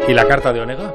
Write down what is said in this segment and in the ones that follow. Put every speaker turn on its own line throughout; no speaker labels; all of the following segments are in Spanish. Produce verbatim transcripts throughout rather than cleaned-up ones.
¿Y la carta de Onega?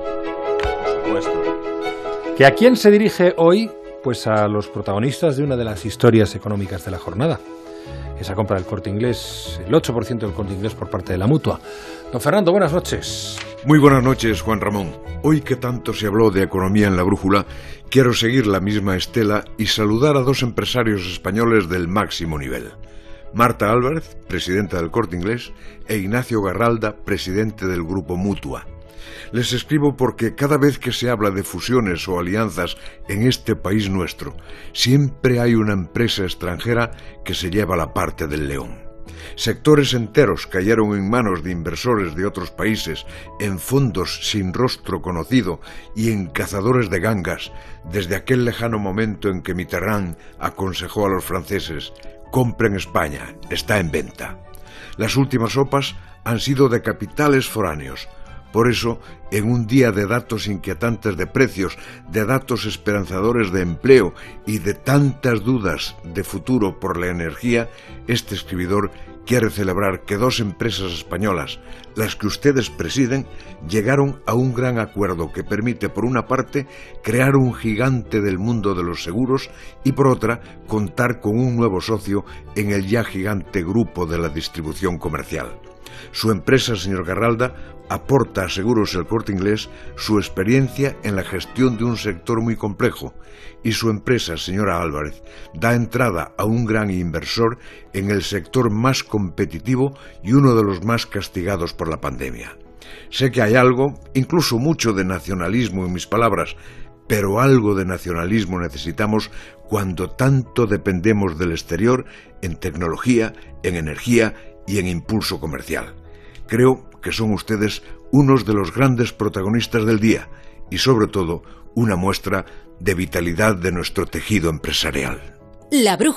Por supuesto.
¿Que a quién se dirige hoy? Pues a los protagonistas de una de las historias económicas de la jornada. Esa compra del Corte Inglés, el ocho por ciento del Corte Inglés por parte de la Mutua. Don Fernando, buenas noches.
Muy buenas noches, Juan Ramón. Hoy que tanto se habló de economía en la brújula, quiero seguir la misma estela y saludar a dos empresarios españoles del máximo nivel. Marta Álvarez, presidenta del Corte Inglés, e Ignacio Garralda, presidente del Grupo Mutua. Les escribo porque cada vez que se habla de fusiones o alianzas en este país nuestro, siempre hay una empresa extranjera que se lleva la parte del león. Sectores enteros cayeron en manos de inversores de otros países, en fondos sin rostro conocido y en cazadores de gangas, desde aquel lejano momento en que Mitterrand aconsejó a los franceses: compren España, está en venta. Las últimas sopas han sido de capitales foráneos. Por eso, en un día de datos inquietantes de precios, de datos esperanzadores de empleo y de tantas dudas de futuro por la energía, este escribidor quiere celebrar que dos empresas españolas, las que ustedes presiden, llegaron a un gran acuerdo que permite, por una parte, crear un gigante del mundo de los seguros y, por otra, contar con un nuevo socio en el ya gigante grupo de la distribución comercial. Su empresa, señor Garralda, aporta a Seguros El Corte Inglés su experiencia en la gestión de un sector muy complejo, y su empresa, señora Álvarez, da entrada a un gran inversor en el sector más competitivo y uno de los más castigados por la pandemia. Sé que hay algo, incluso mucho de nacionalismo en mis palabras, pero algo de nacionalismo necesitamos cuando tanto dependemos del exterior en tecnología, en energía y en impulso comercial. Creo que son ustedes unos de los grandes protagonistas del día y, sobre todo, una muestra de vitalidad de nuestro tejido empresarial.
La Brújula.